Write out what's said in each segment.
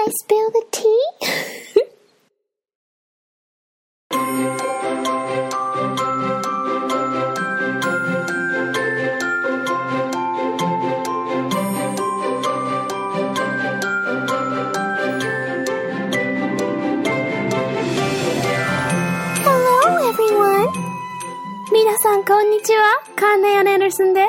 I spill the tea? Hello, everyone. 皆さん、こんにちは。カーネイ・アン・アンダーソンです。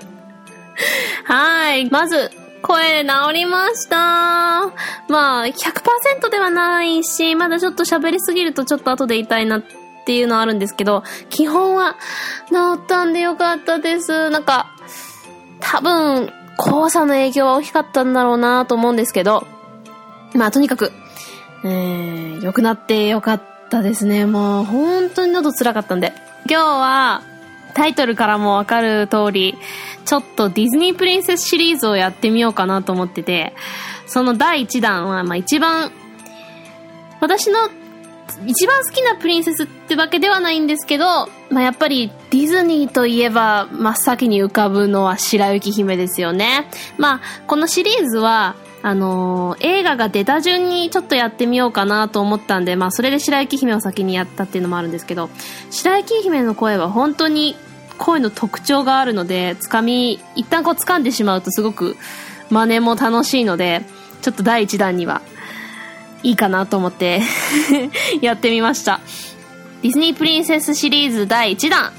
はい。まず、声治りました。まあ、100% ではないし、まだちょっと喋りすぎるとちょっと後で痛いなっていうのはあるんですけど、基本は治ったんでよかったです。なんか、多分、黄砂の影響は大きかったんだろうなと思うんですけど、まあ、とにかく、良くなってよかったですね。もう、本当に喉辛かったんで。今日は、タイトルからもわかる通り、ちょっとディズニープリンセスシリーズをやってみようかなと思ってて、その第1弾は、私の一番好きなプリンセスってわけではないんですけど、やっぱりディズニーといえば真っ先に浮かぶのは白雪姫ですよね。このシリーズは、映画が出た順にちょっとやってみようかなと思ったんで、それで白雪姫を先にやったっていうのもあるんですけど、白雪姫の声は本当に声の特徴があるので、一旦掴んでしまうとすごく真似も楽しいので、ちょっと第1弾にはいいかなと思ってやってみました。ディズニープリンセスシリーズ第1弾。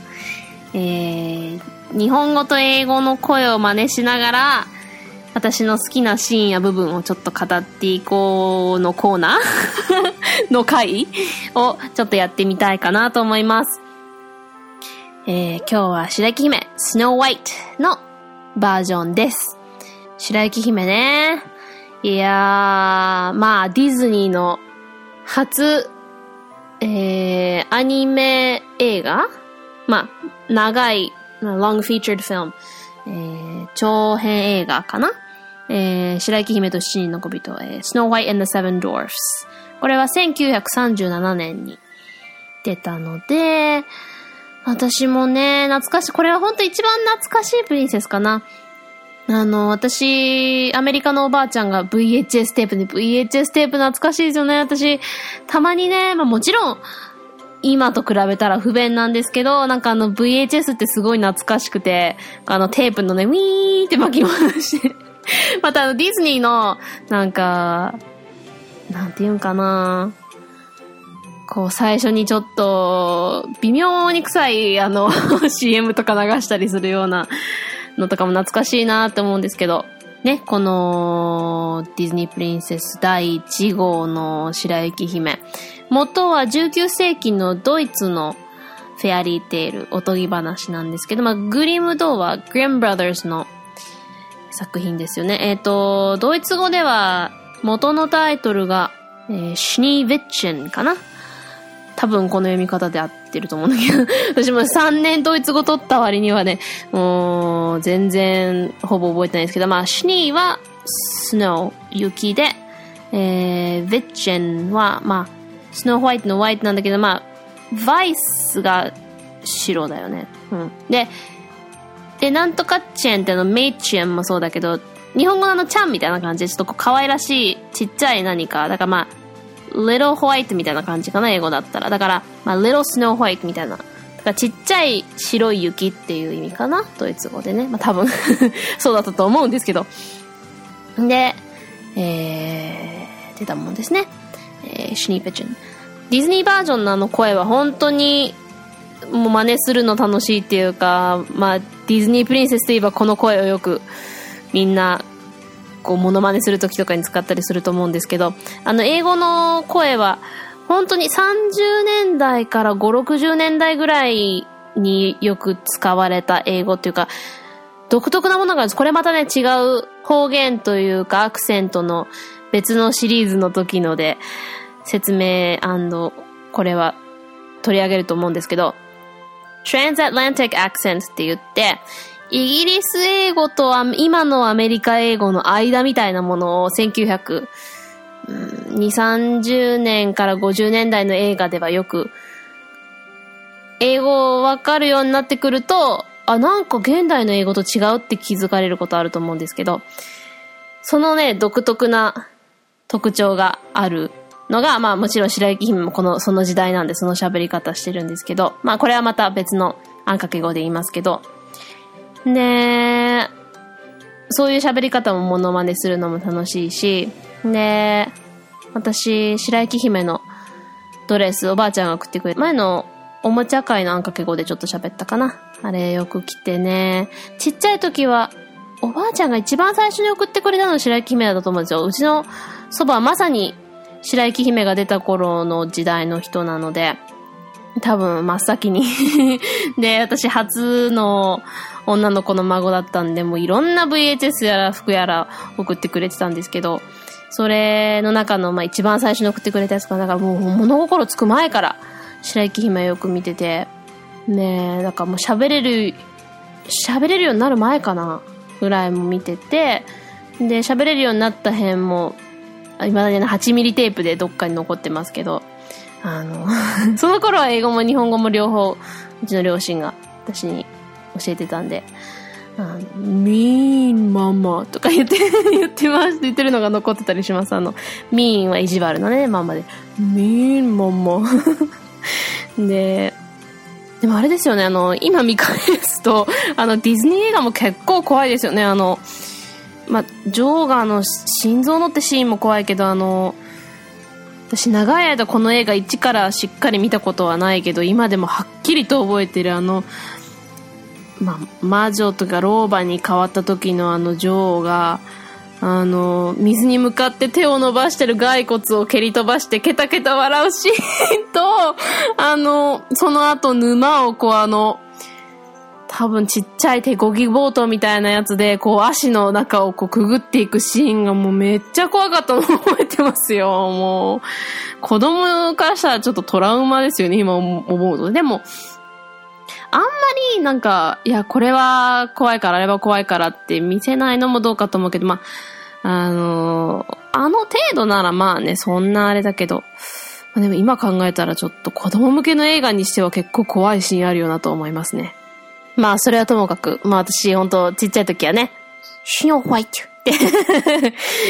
日本語と英語の声を真似しながら、私の好きなシーンや部分をちょっと語っていこうのコーナーの回をちょっとやってみたいかなと思います。今日は白雪姫スノーホワイトのバージョンです。白雪姫ね。いやー、ディズニーの初、アニメ映画、長い、long featured film、長編映画かな、白雪姫と七人の小人、Snow White and the Seven Dwarfs。これは1937年に出たので、私もね、懐かしい。これは本当一番懐かしいプリンセスかな。私、アメリカのおばあちゃんが VHS テープ懐かしいですよね。私、たまにね、もちろん、今と比べたら不便なんですけど、VHS ってすごい懐かしくて、テープのね、ウィーンって巻き戻して。またディズニーの、なんていうんかな、最初にちょっと、微妙に臭い、CM とか流したりするようなのとかも懐かしいなって思うんですけど、ね、この、ディズニープリンセス第1号の白雪姫。元は19世紀のドイツのフェアリーテイル、おとぎ話なんですけど、グリム童話、グリムブラザーズの作品ですよね。ドイツ語では、元のタイトルが、シュニーヴィッチェンかな。多分この読み方で合ってると思うんだけど私も3年ドイツ語取った割にはね、もう全然ほぼ覚えてないですけど、シュニーはスノー、雪で、ヴィッチェンはスノーホワイトのホワイトなんだけど、バイスが白だよね。で、なんとかチェンってメイチェンもそうだけど、日本語のちゃんみたいな感じで、ちょっと可愛らしいちっちゃい何か、だからlittle white みたいな感じかな、英語だったら。だから、little snow white みたいな。だからちっちゃい白い雪っていう意味かな、ドイツ語でね。多分、そうだったと思うんですけど。で、出たもんですね。シュニーペチェン。ディズニーバージョンの声は本当に、もう真似するの楽しいっていうか、ディズニープリンセスといえばこの声をよくみんな、モノマネするときとかに使ったりすると思うんですけど、英語の声は、本当に30年代から5、60年代ぐらいによく使われた英語っていうか、独特なものがあるんです。これまたね、違う方言というかアクセントの別のシリーズの時ので、説明&これは取り上げると思うんですけど、Transatlantic Accent って言って、イギリス英語と今のアメリカ英語の間みたいなものを1920、30年から50年代の映画ではよく英語わかるようになってくると、なんか現代の英語と違うって気づかれることあると思うんですけど、 そのね、独特な特徴があるのが、まあもちろん白雪姫もその時代なんでその喋り方してるんですけど、まあこれはまた別のあんかけ語で言いますけど、で、そういう喋り方もモノマネするのも楽しいし、で、私、白雪姫のドレスおばあちゃんが送ってくれて、前のおもちゃ会のあんかけ語でちょっと喋ったかな。あれよく着てね、ちっちゃい時は、おばあちゃんが一番最初に送ってくれたのが白雪姫だったと思うんですよ。うちの祖母はまさに白雪姫が出た頃の時代の人なので、多分真っ先にで、私初の女の子の孫だったんで、もういろんな VHS やら服やら送ってくれてたんですけど、それの中の一番最初に送ってくれたやつから、だからもう物心つく前から白雪姫よく見てて、ねえ、だからもう喋れるようになる前かなぐらいも見てて、で、喋れるようになった辺も、今までの8ミリテープでどっかに残ってますけど、その頃は英語も日本語も両方、うちの両親が私に教えてたんで、ミーンママとか言ってるのが残ってたりします。ミーンは意地悪のね、ママで、ミーンママ。でもあれですよね、今見返すと、ディズニー映画も結構怖いですよね。ジョーガーの心臓のってシーンも怖いけど、私長い間この映画1からしっかり見たことはないけど、今でもはっきりと覚えてる魔女とか老婆に変わった時のジョーが、水に向かって手を伸ばしてる骸骨を蹴り飛ばしてケタケタ笑うシーンと、その後沼を多分ちっちゃい手漕ぎボートみたいなやつで、足の中をくぐっていくシーンがもうめっちゃ怖かったのを覚えてますよ。もう、子供からしたらちょっとトラウマですよね、今思うと。でも、あんまりいや、これは怖いから、あれは怖いからって見せないのもどうかと思うけど、あの程度ならまあね、そんなあれだけど、でも今考えたらちょっと子供向けの映画にしては結構怖いシーンあるよなと思いますね。それはともかく、私ほんとちっちゃい時はね、シノホワイトって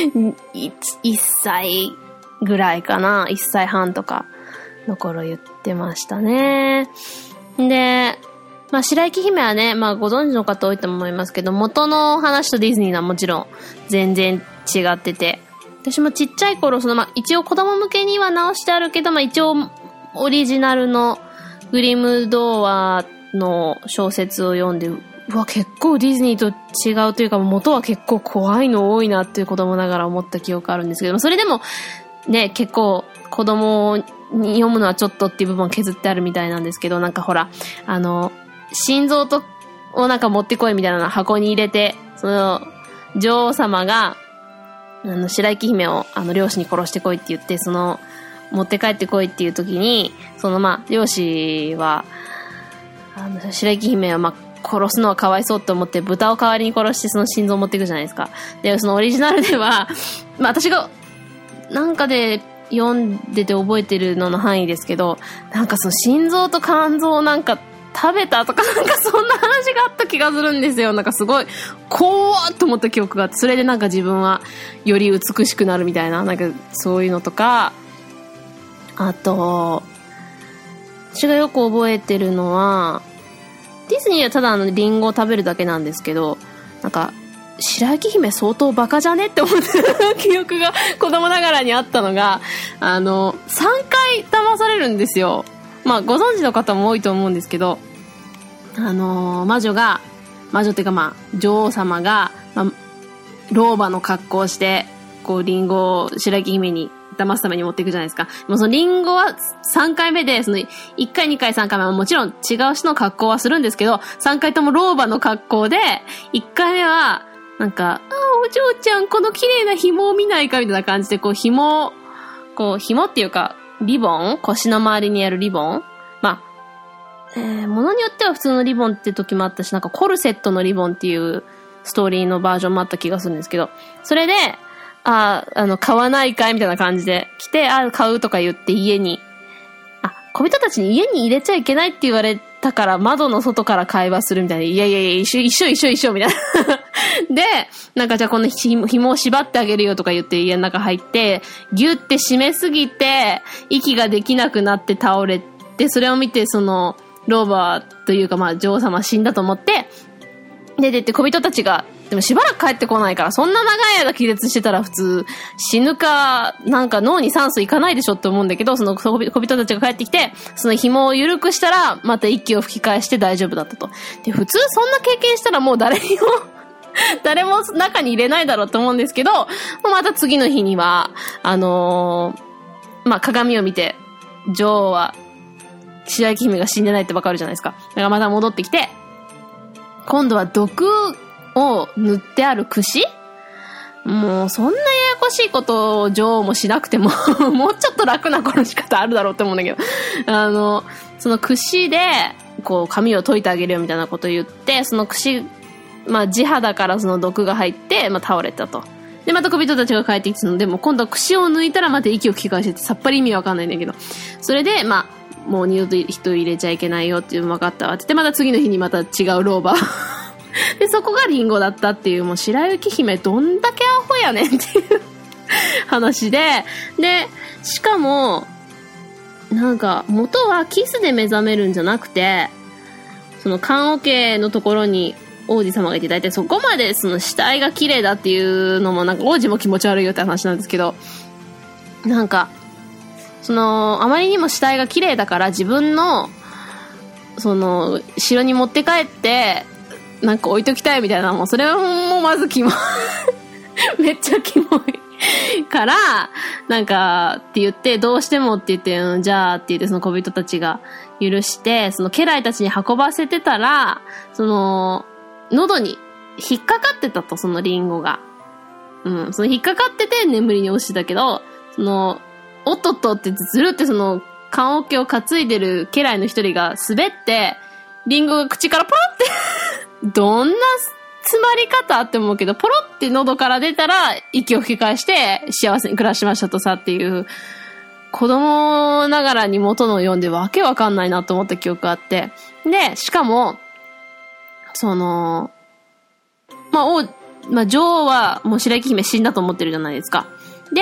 1歳ぐらいかな、1歳半とかの頃言ってましたね。で、白雪姫はね、ご存知の方多いと思いますけど、元の話とディズニーはもちろん全然違ってて、私もちっちゃい頃、一応子供向けには直してあるけど、一応オリジナルのグリム童話の小説を読んで、結構ディズニーと違うというか、元は結構怖いの多いなっていう子供ながら思った記憶あるんですけど、それでもね、結構子供に読むのはちょっとっていう部分を削ってあるみたいなんですけど、ほら、心臓を持ってこいみたいな箱に入れて、女王様が、白雪姫を漁師に殺してこいって言って、持って帰ってこいっていう時に、漁師は、白雪姫を殺すのはかわいそうと思って豚を代わりに殺してその心臓を持っていくじゃないですか。で、そのオリジナルでは、私がなんかで読んでて覚えてるのの範囲ですけど、その心臓と肝臓を食べたとかそんな話があった気がするんですよ。すごい怖ーっと思った記憶があって、それで自分はより美しくなるみたいな、そういうのとか、あと、私がよく覚えてるのは、ディズニーはただリンゴを食べるだけなんですけど、白雪姫相当バカじゃねって思った記憶が子供ながらにあったのが、3回騙されるんですよ。ご存知の方も多いと思うんですけど、魔女っていうか女王様が、老婆の格好をして、リンゴを白雪姫に騙すために持っていくじゃないですか。もうそのリンゴは3回目で、1回2回3回目はもちろん違う人の格好はするんですけど、3回とも老婆の格好で、1回目は、お嬢ちゃんこの綺麗な紐を見ないかみたいな感じで、紐っていうか、リボン？腰の周りにあるリボン？ものによっては普通のリボンって時もあったし、コルセットのリボンっていうストーリーのバージョンもあった気がするんですけど、それで、買わないかいみたいな感じで来て、買うとか言って家に、小人たちに家に入れちゃいけないって言われだから窓の外から会話するみたいな。いやいやいや、一緒みたいな。で、なんかじゃあこの紐を縛ってあげるよとか言って家の中入って、ギュって締めすぎて、息ができなくなって倒れて、それを見てその、老婆というかまあ女王様死んだと思って、で、小人たちが、でもしばらく帰ってこないから、そんな長い間気絶してたら普通死ぬか、なんか脳に酸素いかないでしょって思うんだけど、その小人たちが帰ってきて、その紐を緩くしたら、また息を吹き返して大丈夫だったと。で、普通そんな経験したらもう誰も中に入れないだろうと思うんですけど、また次の日には、まあ、鏡を見て、女王は、白雪姫が死んでないってわかるじゃないですか。だからまた戻ってきて、今度は毒を塗ってある櫛？もうそんなややこしいことを女王もしなくてももうちょっと楽な殺し方あるだろうって思うんだけどその櫛でこう髪を解いてあげるよみたいなことを言って、その櫛まあ地肌からその毒が入ってまあ倒れたと。でまた小人たちが帰ってきたので、もう今度は櫛を抜いたらまた息を吹き返しててさっぱり意味わかんないんだけど、それでまあもう二度と人入れちゃいけないよっていうの分かったわって言って、また次の日にまた違う老婆でそこがリンゴだったっていう、もう白雪姫どんだけアホやねんっていう話で、しかもなんか元はキスで目覚めるんじゃなくて、その棺桶のところに王子様がいて、だいたいそこまでその死体が綺麗だっていうのもなんか王子も気持ち悪いよって話なんですけど、なんかそのあまりにも死体が綺麗だから自分のその城に持って帰ってなんか置いときたいみたいな、もうそれはもうまずキモいめっちゃキモいからなんかって言って、どうしてもって言って、じゃあって言って、その小人たちが許して、その家来たちに運ばせてたら、その喉に引っかかってたと、そのリンゴが。その引っかかってて眠りに落ちてたけど、そのおっとっとってずるってその棺桶を担いでる家来の一人が滑って、リンゴが口からポロってどんな詰まり方って思うけど、ポロって喉から出たら息を吹き返して幸せに暮らしましたとさっていう、子供ながらに元の読んでわけわかんないなと思った記憶があって、でしかもそのまあ女王はもう白雪姫死んだと思ってるじゃないですか。で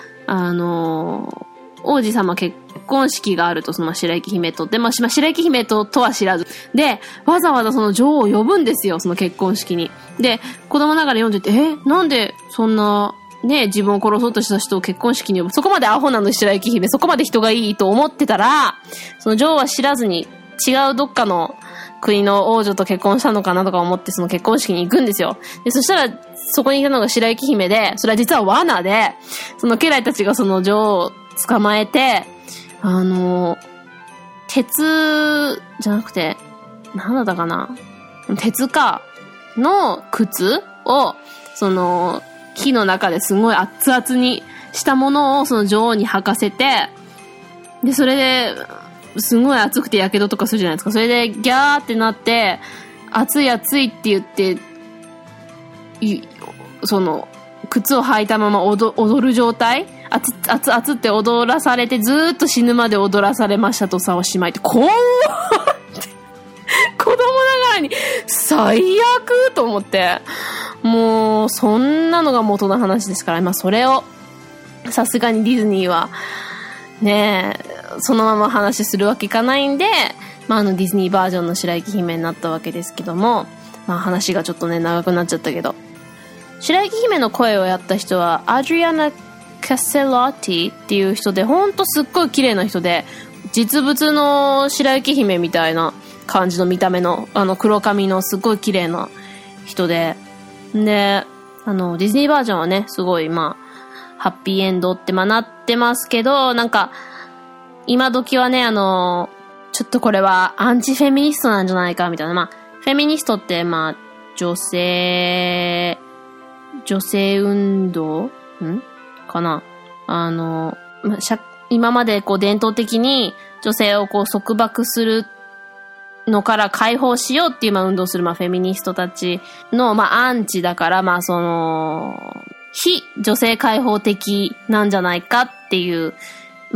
王子様結婚式があると、その白雪姫と。で、まあ、白雪姫とは知らず。で、わざわざその女王を呼ぶんですよ、その結婚式に。で、子供ながら読んでて、なんでそんな、ね、自分を殺そうとした人を結婚式に呼ぶ。そこまでアホなの白雪姫、そこまで人がいいと思ってたら、その女王は知らずに違うどっかの国の王女と結婚したのかなとか思って、その結婚式に行くんですよ。で、そしたら、そこにいたのが白雪姫で、それは実は罠で、その家来たちがその女王を捕まえて、鉄じゃなくて、なんだったかな、鉄かの靴を、その火の中ですごい熱々にしたものをその女王に履かせて、で、それですごい熱くて火傷とかするじゃないですか。それでギャーってなって、熱い熱いって言って、その靴を履いたまま踊る状態、熱って踊らされて、ずーっと死ぬまで踊らされましたとさ、おしまいって、怖っって子供ながらに最悪と思って、もうそんなのが元の話ですから、まあそれをさすがにディズニーはねえそのまま話するわけいかないんで、まあディズニーバージョンの白雪姫になったわけですけども、まあ話がちょっとね長くなっちゃったけど、白雪姫の声をやった人はアドリアナ・カセロッティっていう人で、ほんとすっごい綺麗な人で、実物の白雪姫みたいな感じの見た目の黒髪のすっごい綺麗な人で、でディズニーバージョンはねすごいまあハッピーエンドってなってますけど、なんか今時はねちょっとこれはアンチフェミニストなんじゃないかみたいな、まあフェミニストってまあ女性運動かな、今までこう伝統的に女性をこう束縛するのから解放しようっていう運動するフェミニストたちのアンチだから、その非女性解放的なんじゃないかっていう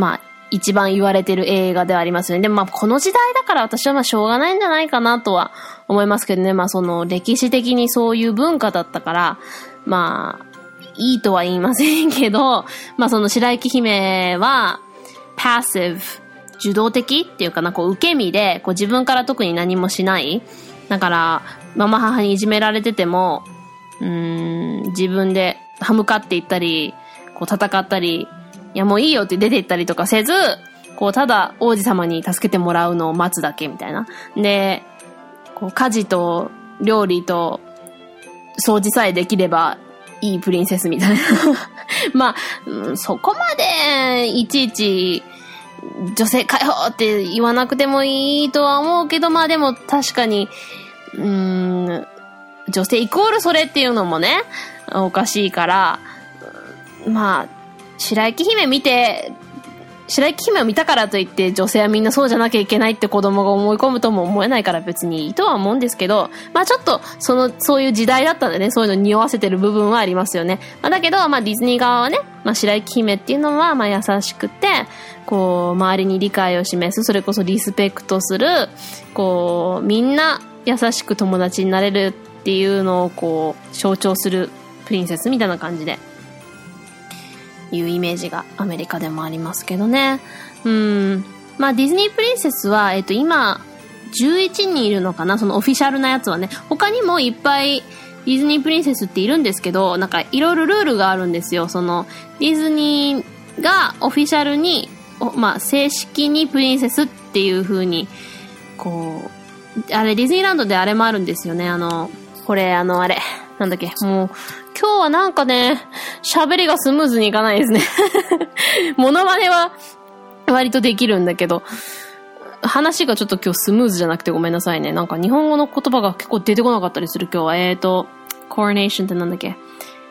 一番言われてる映画ではありますよね。でもまあこの時代だから私はまあしょうがないんじゃないかなとは思いますけどね。まあその歴史的にそういう文化だったから、まあいいとは言いませんけど、まあその白雪姫はパッシブ、受動的っていうかな、こう受け身で、こう自分から特に何もしない。だからママ母にいじめられてても、自分で歯向かっていったり、こう戦ったり、いやもういいよって出て行ったりとかせず、こうただ王子様に助けてもらうのを待つだけみたいな。で、こう家事と料理と掃除さえできればいいプリンセスみたいな。まあ、そこまでいちいち女性解放って言わなくてもいいとは思うけど、まあでも確かに、女性イコールそれっていうのもね、おかしいから、まあ、白雪姫を見たからといって女性はみんなそうじゃなきゃいけないって子供が思い込むとも思えないから別にいいとは思うんですけど、まあちょっとそういう時代だったんでね、そういうのに匂わせてる部分はありますよね。まあだけど、まあディズニー側はね、まあ白雪姫っていうのはまあ優しくて、こう周りに理解を示す、それこそリスペクトする、こうみんな優しく友達になれるっていうのをこう象徴するプリンセスみたいな感じでいうイメージがアメリカでもありますけどね。まあディズニープリンセスは今11人いるのかな、そのオフィシャルなやつはね。他にもいっぱいディズニープリンセスっているんですけど、なんかいろいろルールがあるんですよ。そのディズニーがオフィシャルにまあ正式にプリンセスっていう風にこう、あれディズニーランドであれもあるんですよね。これあれなんだっけ、もう今日はなんかね、喋りがスムーズにいかないですね。モノマネは割とできるんだけど、話がちょっと今日スムーズじゃなくてごめんなさいね。なんか日本語の言葉が結構出てこなかったりする今日は。コロネーションってなんだっけ、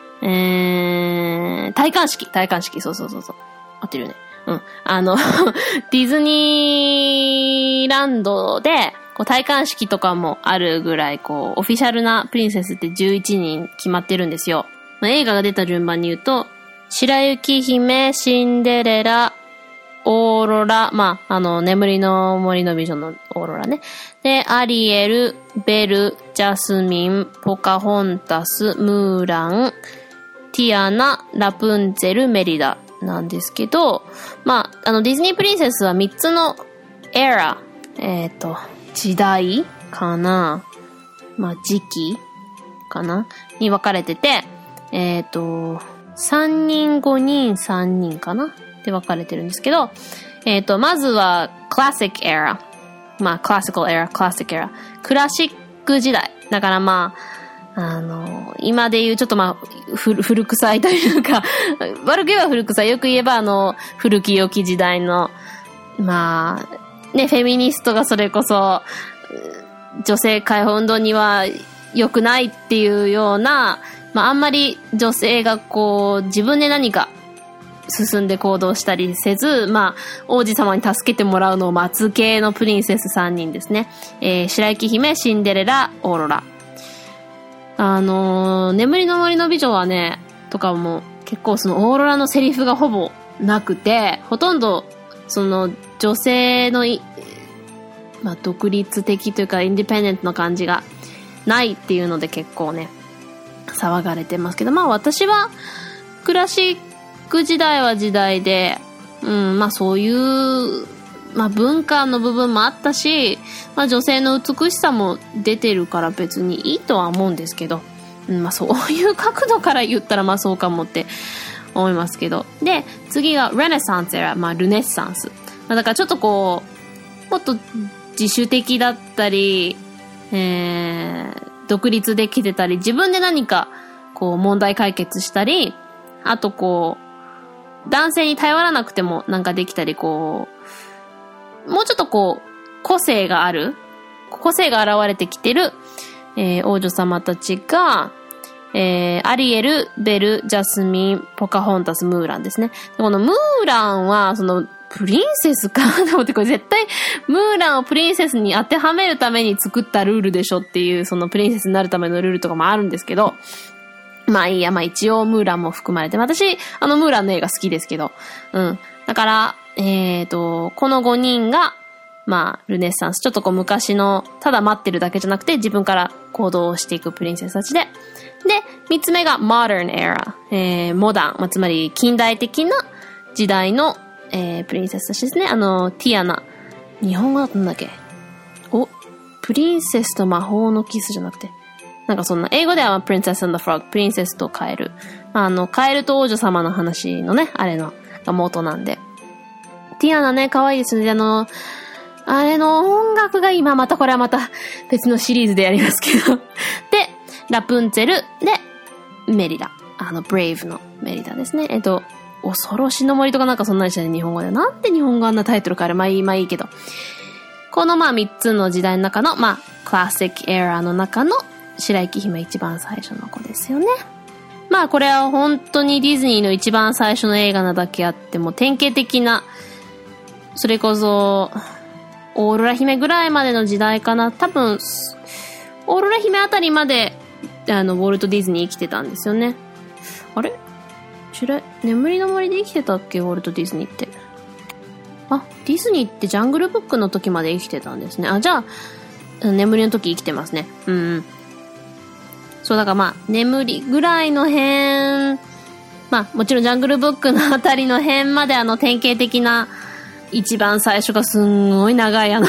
戴冠式、そう。合ってるよね。ディズニーランドで、こう戴冠式とかもあるぐらい、こう、オフィシャルなプリンセスって11人決まってるんですよ。まあ、映画が出た順番に言うと、白雪姫、シンデレラ、オーロラ、まあ、眠りの森の美女のオーロラね。で、アリエル、ベル、ジャスミン、ポカホンタス、ムーラン、ティアナ、ラプンツェル、メリダなんですけど、まあ、ディズニープリンセスは3つのエラ、時代かな、まあ、時期かなに分かれてて、3人、5人、3人かなって分かれてるんですけど、まずは、クラシックエラ。まあ、クラシックエラ。クラシック時代。だからまあ、今で言うちょっとまあ、古臭いというか、悪く言えば古臭い。よく言えば古き良き時代の、まあ、ね、フェミニストがそれこそ、女性解放運動には良くないっていうような、まあ、あんまり女性がこう、自分で何か進んで行動したりせず、まあ、王子様に助けてもらうのを待つ系のプリンセス3人ですね。白雪姫、シンデレラ、オーロラ。眠りの森の美女はね、とかも結構そのオーロラのセリフがほぼなくて、ほとんどその女性のまあ、独立的というかインディペンデントな感じがないっていうので結構ね、騒がれてますけど、まあ私はクラシック時代は時代で、まあそういう、まあ文化の部分もあったし、まあ女性の美しさも出てるから別にいいとは思うんですけど、まあそういう角度から言ったらまあそうかもって思いますけど。で、次がレネサンスエラ、まあルネッサンス。だからちょっとこう、もっと自主的だったり、独立できてたり、自分で何かこう問題解決したり、あとこう、男性に頼らなくてもなんかできたり、こう、もうちょっとこう、個性が現れてきてる、王女様たちが、アリエル、ベル、ジャスミン、ポカホンタス、ムーランですね。このムーランは、その、プリンセスかと思って、これ絶対、ムーランをプリンセスに当てはめるために作ったルールでしょっていう、そのプリンセスになるためのルールとかもあるんですけど、まあいいや、まあ一応ムーランも含まれて、私、ムーランの映画好きですけど、だから、 この5人が、まあ、ルネッサンス。ちょっとこう昔の、ただ待ってるだけじゃなくて自分から行動をしていくプリンセスたちで。で、3つ目が Modern Era。モダン。まあ、つまり近代的な時代の、プリンセスたちですね。ティアナ。日本語だったんだっけ？プリンセスと魔法のキスじゃなくて。なんかそんな、英語では Princess and the Frog。プリンセスとカエル。カエルと王女様の話のね、あれの、が元なんで。ティアナね、可愛いですね。あれの音楽が今これはまた別のシリーズでやりますけど。で、ラプンツェル、で、メリダ。ブレイブのメリダですね。恐ろしの森とかなんかそんなでしたね、日本語で。なんで日本語あんなタイトルかあれ、まあいいけど。この3つの時代の中の、クラシックエラーの中の白雪姫一番最初の子ですよね。これは本当にディズニーの一番最初の映画なだけあって、もう典型的な、それこそ、オーロラ姫ぐらいまでの時代かな。多分、オーロラ姫あたりまで、ウォルト・ディズニー生きてたんですよね。あれ？眠りの森で生きてたっけ？ウォルト・ディズニーって。ディズニーってジャングルブックの時まで生きてたんですね。じゃあ、眠りの時生きてますね。そう、だから眠りぐらいの辺、もちろんジャングルブックのあたりの辺まで典型的な、一番最初がすんごい長い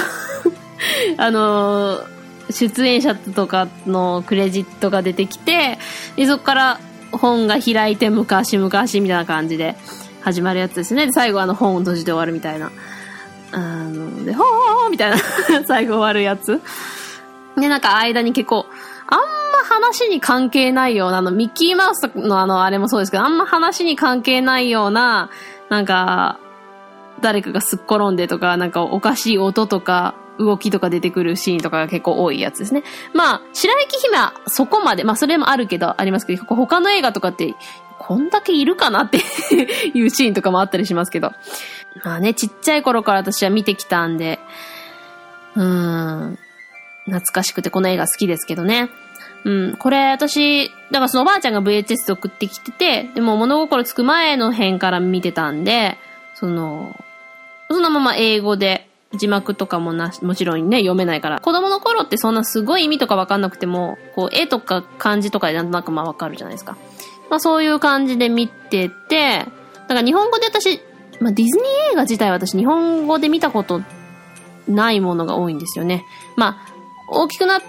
出演者とかのクレジットが出てきて、でそこから本が開いて昔々みたいな感じで始まるやつですね。で、最後本を閉じて終わるみたいな。で、ほーみたいな最後終わるやつ。で、なんか間に結構、あんま話に関係ないような、ミッキーマウスのあれもそうですけど、あんま話に関係ないような、なんか、誰かがすっ転んでとか、なんかおかしい音とか、動きとか出てくるシーンとかが結構多いやつですね。白雪姫はそこまで、それもあるけど、ありますけど、他の映画とかって、こんだけいるかなっていうシーンとかもあったりしますけど。ちっちゃい頃から私は見てきたんで、懐かしくてこの映画好きですけどね。これ私、だからそのおばあちゃんが VHS で送ってきてて、でも物心つく前の辺から見てたんで、そのまま英語で字幕とかももちろんね、読めないから。子供の頃ってそんなすごい意味とかわかんなくても、絵とか漢字とかでなんとなくわかるじゃないですか。そういう感じで見てて、だから日本語で私、ディズニー映画自体は私日本語で見たことないものが多いんですよね。大きくなって、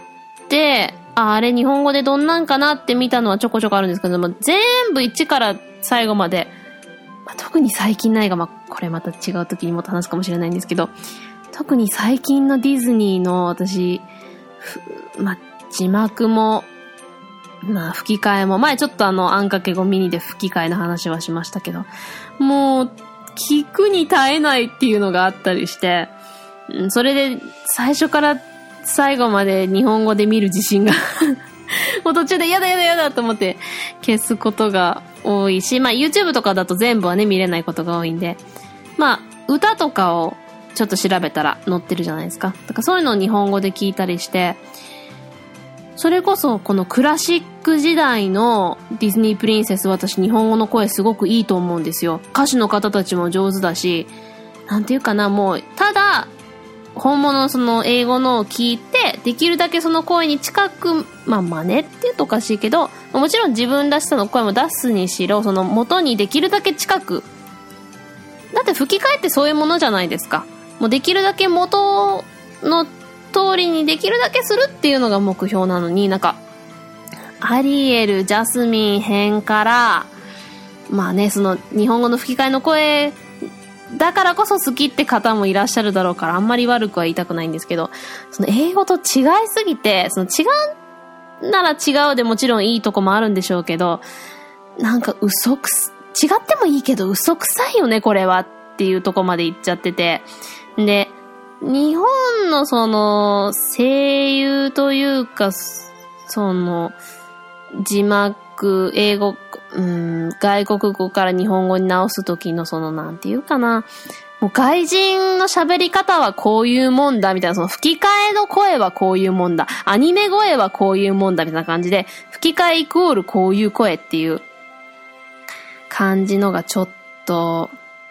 あれ日本語でどんなんかなって見たのはちょこちょこあるんですけども、全部1から最後まで、特に最近の映画、これまた違う時にもっと話すかもしれないんですけど、特に最近のディズニーの私、字幕も、吹き替えも、前ちょっとあんかけごミニで吹き替えの話はしましたけど、もう、聞くに耐えないっていうのがあったりして、それで最初から最後まで日本語で見る自信がもう途中でやだと思って消すことが多いし、YouTube とかだと全部はね見れないことが多いんで、歌とかをちょっと調べたら載ってるじゃないですか。だからそういうのを日本語で聞いたりして、それこそこのクラシック時代のディズニープリンセス、私日本語の声すごくいいと思うんですよ。歌手の方たちも上手だし、なんていうかな、もうただ本物のその英語のを聞いて、できるだけその声に近く、真似って言うとおかしいけど、もちろん自分らしさの声も出すにしろ、その元にできるだけ近く。だって吹き替えってそういうものじゃないですか。もうできるだけ元の通りにできるだけするっていうのが目標なのに、なんか、アリエル、ジャスミン編から、その日本語の吹き替えの声、だからこそ好きって方もいらっしゃるだろうから、あんまり悪くは言いたくないんですけど、その英語と違いすぎて、その違うなら違うでもちろんいいとこもあるんでしょうけど、なんか違ってもいいけど嘘くさいよねこれはっていうとこまで行っちゃってて、で日本のその声優というか、その字幕英語、外国語から日本語に直すときのそのなんていうかな、もう外人の喋り方はこういうもんだみたいな、その吹き替えの声はこういうもんだ、アニメ声はこういうもんだみたいな感じで、吹き替えイコールこういう声っていう感じのがちょっと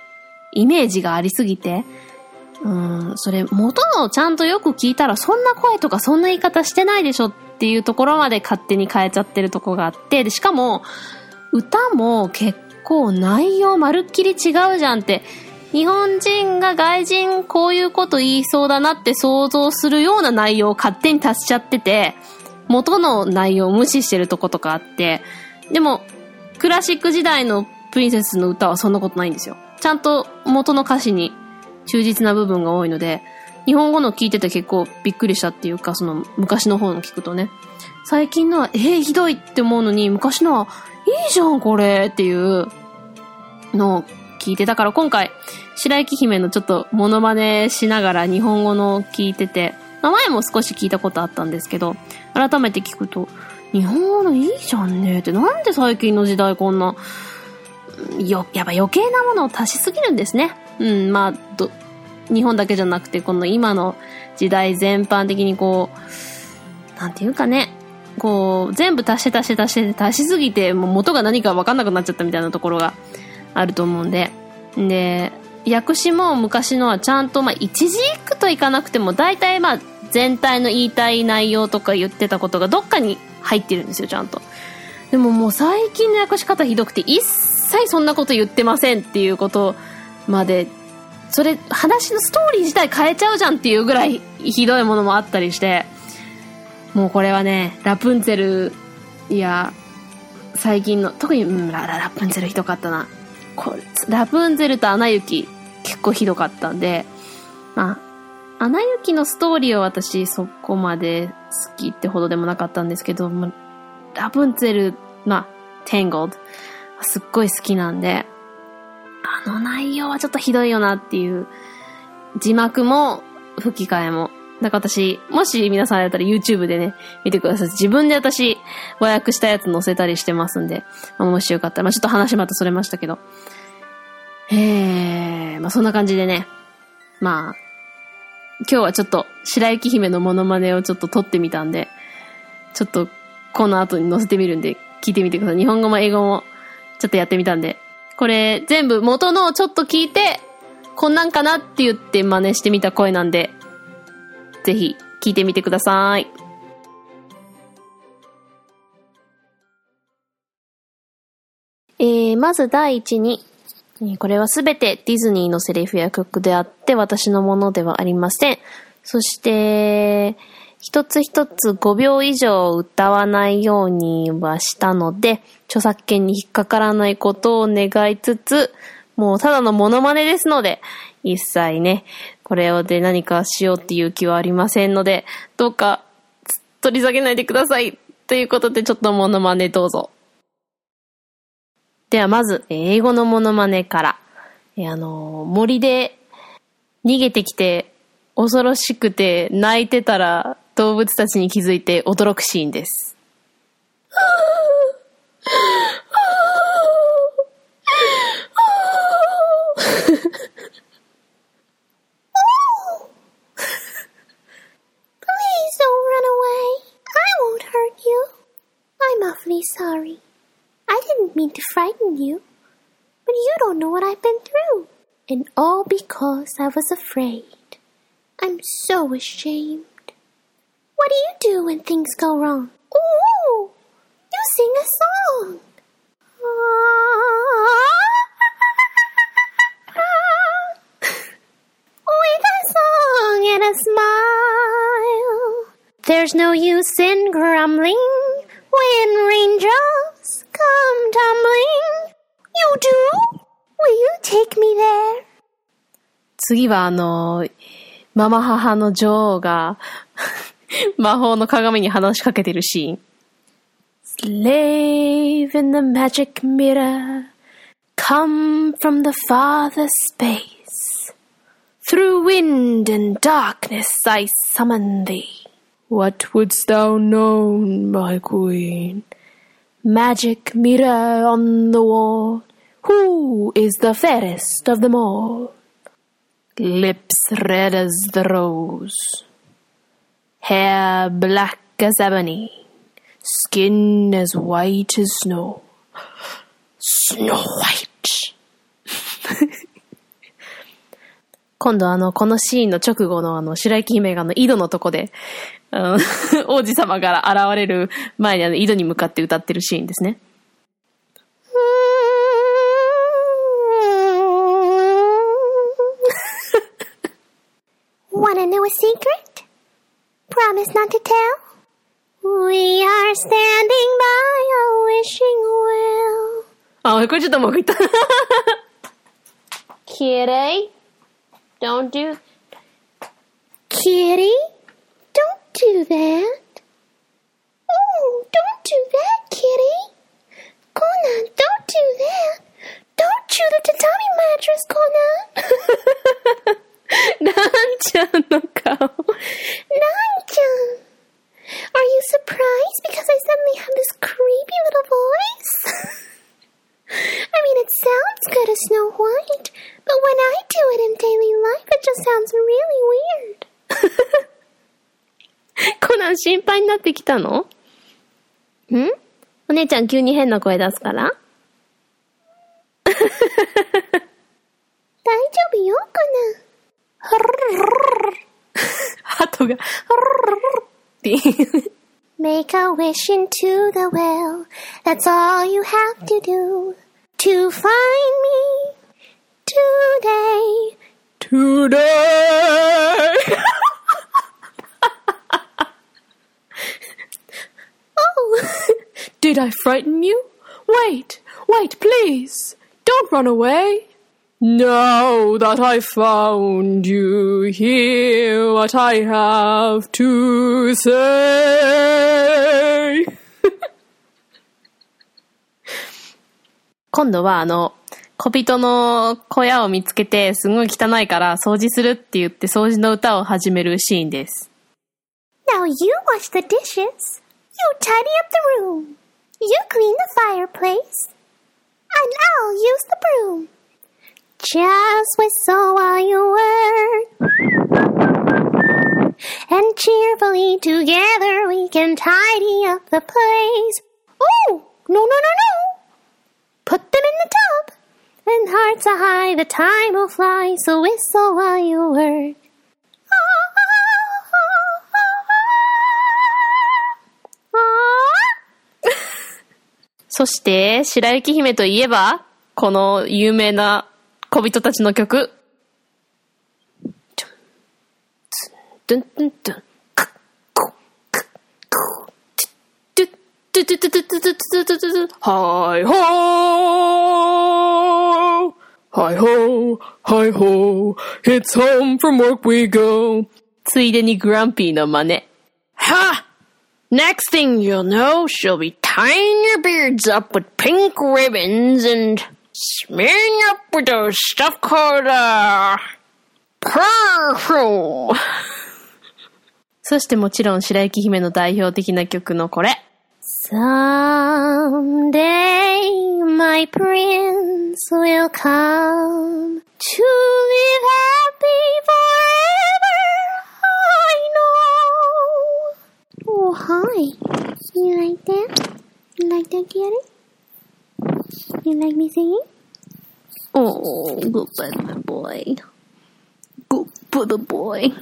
イメージがありすぎて、それ元のちゃんとよく聞いたらそんな声とかそんな言い方してないでしょっていうところまで勝手に変えちゃってるとこがあって、でしかも歌も結構内容まるっきり違うじゃんって、日本人が外人こういうこと言いそうだなって想像するような内容を勝手に足しちゃってて、元の内容を無視してるとことかあって、でもクラシック時代のプリンセスの歌はそんなことないんですよ。ちゃんと元の歌詞に忠実な部分が多いので、日本語の聞いてて結構びっくりしたっていうか、その昔の方の聞くとね、最近のはひどいって思うのに、昔のはいいじゃんこれっていうのを聞いて、だから今回白雪姫のちょっとモノマネしながら日本語の聞いてて、前も少し聞いたことあったんですけど、改めて聞くと日本語のいいじゃんねって、なんで最近の時代こんなやっぱ余計なものを足しすぎるんですね。日本だけじゃなくて、この今の時代全般的にこう、なんていうかね、こう、全部足しすぎて、もう元が何か分かんなくなっちゃったみたいなところがあると思うんで。で、訳詞も昔のはちゃんと、一字一句といかなくても、大体全体の言いたい内容とか言ってたことがどっかに入ってるんですよ、ちゃんと。でももう最近の訳し方ひどくて、一切そんなこと言ってませんっていうことまで、それ話のストーリー自体変えちゃうじゃんっていうぐらいひどいものもあったりして、もうこれはね、ラプンツェルや最近の特に、ラプンツェルひどかったな。ラプンツェルとアナ雪結構ひどかったんで、アナ雪のストーリーは私そこまで好きってほどでもなかったんですけど、ラプンツェル、Tangled すっごい好きなんで、あの内容はちょっとひどいよなっていう、字幕も吹き替えも。だから私、もし皆さんやったら YouTube でね、見てください。自分で私、和訳したやつ載せたりしてますんで、もしよかったら、ちょっと話またそれましたけど。そんな感じでね。今日はちょっと、白雪姫のモノマネをちょっと撮ってみたんで、ちょっと、この後に載せてみるんで、聞いてみてください。日本語も英語も、ちょっとやってみたんで。これ、全部元のをちょっと聞いて、こんなんかなって言って真似してみた声なんで、ぜひ聞いてみてください。まず第一に、これはすべてディズニーのセリフや曲であって私のものではありません。そして一つ一つ5秒以上歌わないようにはしたので、著作権に引っかからないことを願いつつ、もうただのモノマネですので、一切ね、これで何かしようっていう気はありませんので、どうか取り下げないでください。ということでちょっとモノマネどうぞ。ではまず、英語のモノマネから。森で逃げてきて恐ろしくて泣いてたら動物たちに気づいて驚くシーンです。 Please don't run away. I won't hurt you. I'm awfully sorry. I didn't mean to frighten you. But you don't know what I've been through. And all because I was afraid. I'm so ashamed. What do you do when things go wrong? Ooh, you sing a song. With a song and a smile. There's no use in grumbling when raindrops come tumbling. You do? Will you take me there? 次はママ母の女王が魔法の鏡に話しかけてるシーン。Slave in the magic mirror, come from the farthest space. Through wind and darkness I summon thee. What wouldst thou know, my queen? Magic mirror on the wall, who is the fairest of them all? Lips red as the rose, hair black as ebony, skin as white as snow. Snow White. 今度このシーンの直後の白雪姫が井戸のとこで、王子様が現れる前に井戸に向かって歌ってるシーンですね。 Wanna know a secret? Promise not to tell? We are standing by a wishing well. あ、これちょっともう言った。 Kitty, don't do... Kitty, don't do that. Oh, don't do that, Kitty. Conan, don't do that. Don't chew the tatami mattress, Conan. ランちゃんの顔。 Nan-chan, are you surprised because I suddenly have this creepy little voice? I mean, it sounds good as Snow White, but when I do it in daily life, it just sounds really weird. コナン心配になってきたの？お姉ちゃん急に変な声出すから？ 大丈夫よ、コナン。 鳩が Make a wish into the well. That's all you have to do to find me today. Oh, did I frighten you? Wait, please. Don't run away.Now that I found you, hear what I have to say. 今度は小人の小屋を見つけてすごい汚いから掃除するって言って掃除の歌を始めるシーンです。 Now you wash the dishes. You tidy up the room. You clean the fireplace. And I'll use the broom.Just whistle while you work. And cheerfully together we can tidy up the place. Oh, no. Put them in the tub. And hearts are high, the time will fly. So whistle while you work. そして白雪姫といえばこの有名な小人たちの曲。はいほーはいほーはいほー It's home from work we go ついでにグランピーの真似。 Ha! Next thing you'll know, she'll be tying your beards up with pink ribbons and smearing up with a stuff called, perfume. そしてもちろん白雪姫の代表的な曲のこれ。 Someday my prince will come to live happy forever, I know. Oh, hi. You like that? You like that, Kitty? You like me singing? Oh, good boy. Good boy.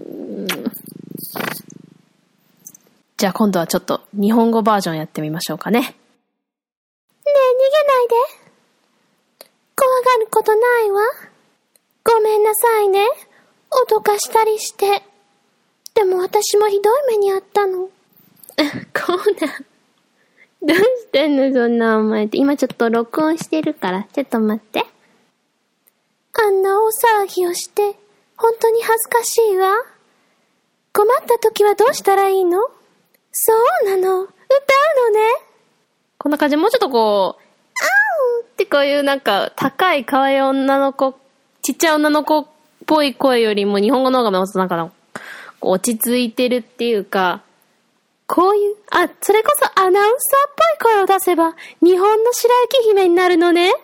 じゃあ今度はちょっと日本語バージョンやってみましょうかね。 ねえ、逃げないで。怖がることないわ。ごめんなさいね。脅かしたりして。でも私もひどい目にあったの。 コーナー。どうしてんのそんなお前って。今ちょっと録音してるから。ちょっと待って。 あんな大騒ぎをして、本当に恥ずかしいわ。困った時はどうしたらいいの？そうなの。歌うのね。 こんな感じでもうちょっとこう、あーってこういうなんか高い可愛い女の子、ちっちゃい女の子っぽい声よりも日本語の方がなんか落ち着いてるっていうか、こういう、それこそアナウンサーっぽい声を出せば日本の白雪姫になるのね。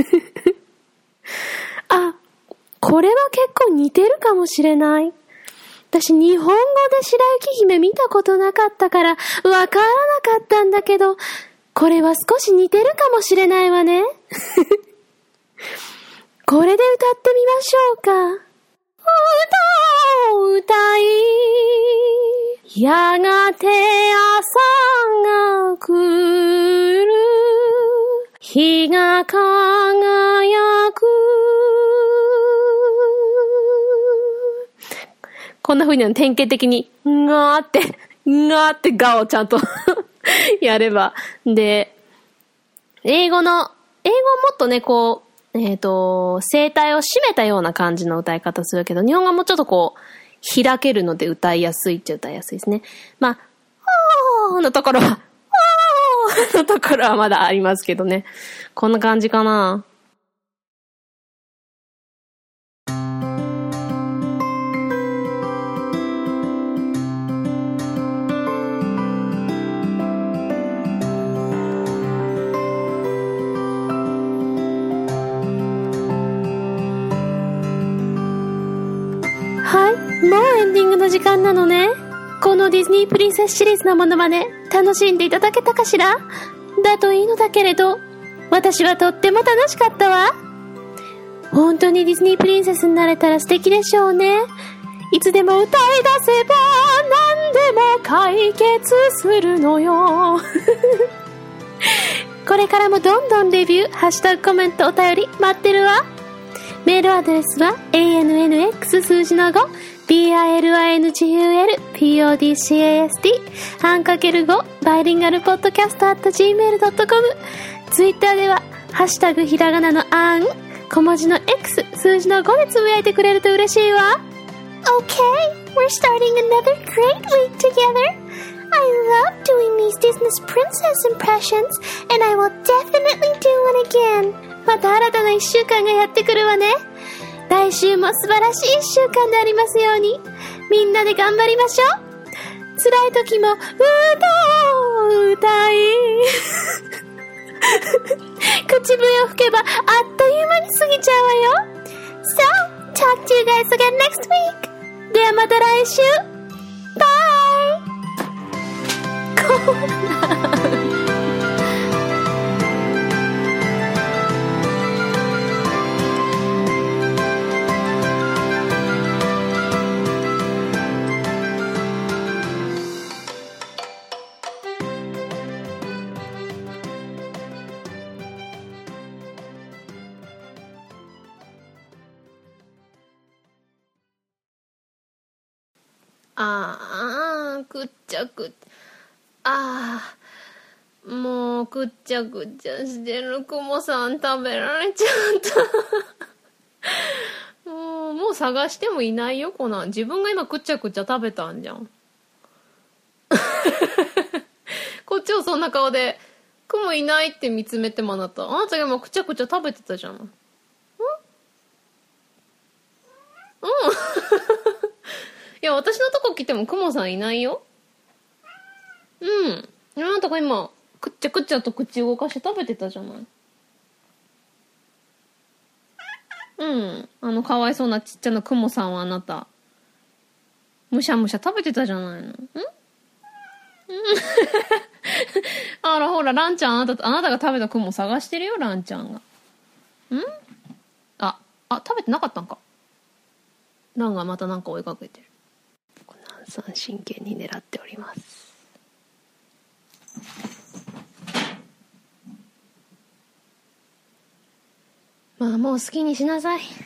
これは結構似てるかもしれない。私日本語で白雪姫見たことなかったからわからなかったんだけど、これは少し似てるかもしれないわね。これで歌ってみましょうか。 歌を歌い、やがて朝が来る、日が輝く。こんな風に典型的に、がーってがをちゃんとやれば。で、英語もっとね、こう、声帯を締めたような感じの歌い方するけど、日本語もちょっとこう、開けるので歌いやすいっちゃ歌いやすいですね。まあ、のところはまだありますけどね。こんな感じかな。はい、もうエンディングの時間なのね。このディズニープリンセスシリーズのモノマネ、楽しんでいただけたかしら？だといいのだけれど、私はとっても楽しかったわ。本当にディズニープリンセスになれたら素敵でしょうね。いつでも歌い出せば何でも解決するのよ。これからもどんどんレビュー、ハッシュタグコメントお便り待ってるわ。メールアドレスは ANNX 数字の5 BILINGULPODCAST 半×5 バイリンガルポッドキャスト @gmail.com。 ツイッターではハッシュタグひらがなのあん、小文字の X 数字の5でつぶやいてくれると嬉しいわ。 Okay, we're starting another great week together. I love doing these Disney princess impressions, and I will definitely do one again. また新たな1週間がやってくるわね。来週も素晴らしい1週間でありますように。みんなで頑張りましょう。辛い時も歌を歌い口笛を吹けばあっという間に過ぎちゃうわよ。 So, talk to you guys again next week. ではまた来週。バイ。くっちゃくっちゃ、もうくっちゃくっちゃしてるクモさん食べられちゃったもう探してもいないよ。こんなん自分が今くっちゃくっちゃ食べたんじゃんこっちをそんな顔でクモいないって見つめてもあなたが今くちゃくちゃ食べてたじゃん。うんいや私のとこ来てもクモさんいないよ。あなたが今くっちゃくっちゃと口動かして食べてたじゃない。かわいそうなちっちゃなクモさんはあなたむしゃむしゃ食べてたじゃないの。あらほらランちゃんあなたが食べたクモ探してるよランちゃんが。食べてなかったんか。ランがまたなんか追いかけてる。南山真剣に狙っております。まあもう好きにしなさい。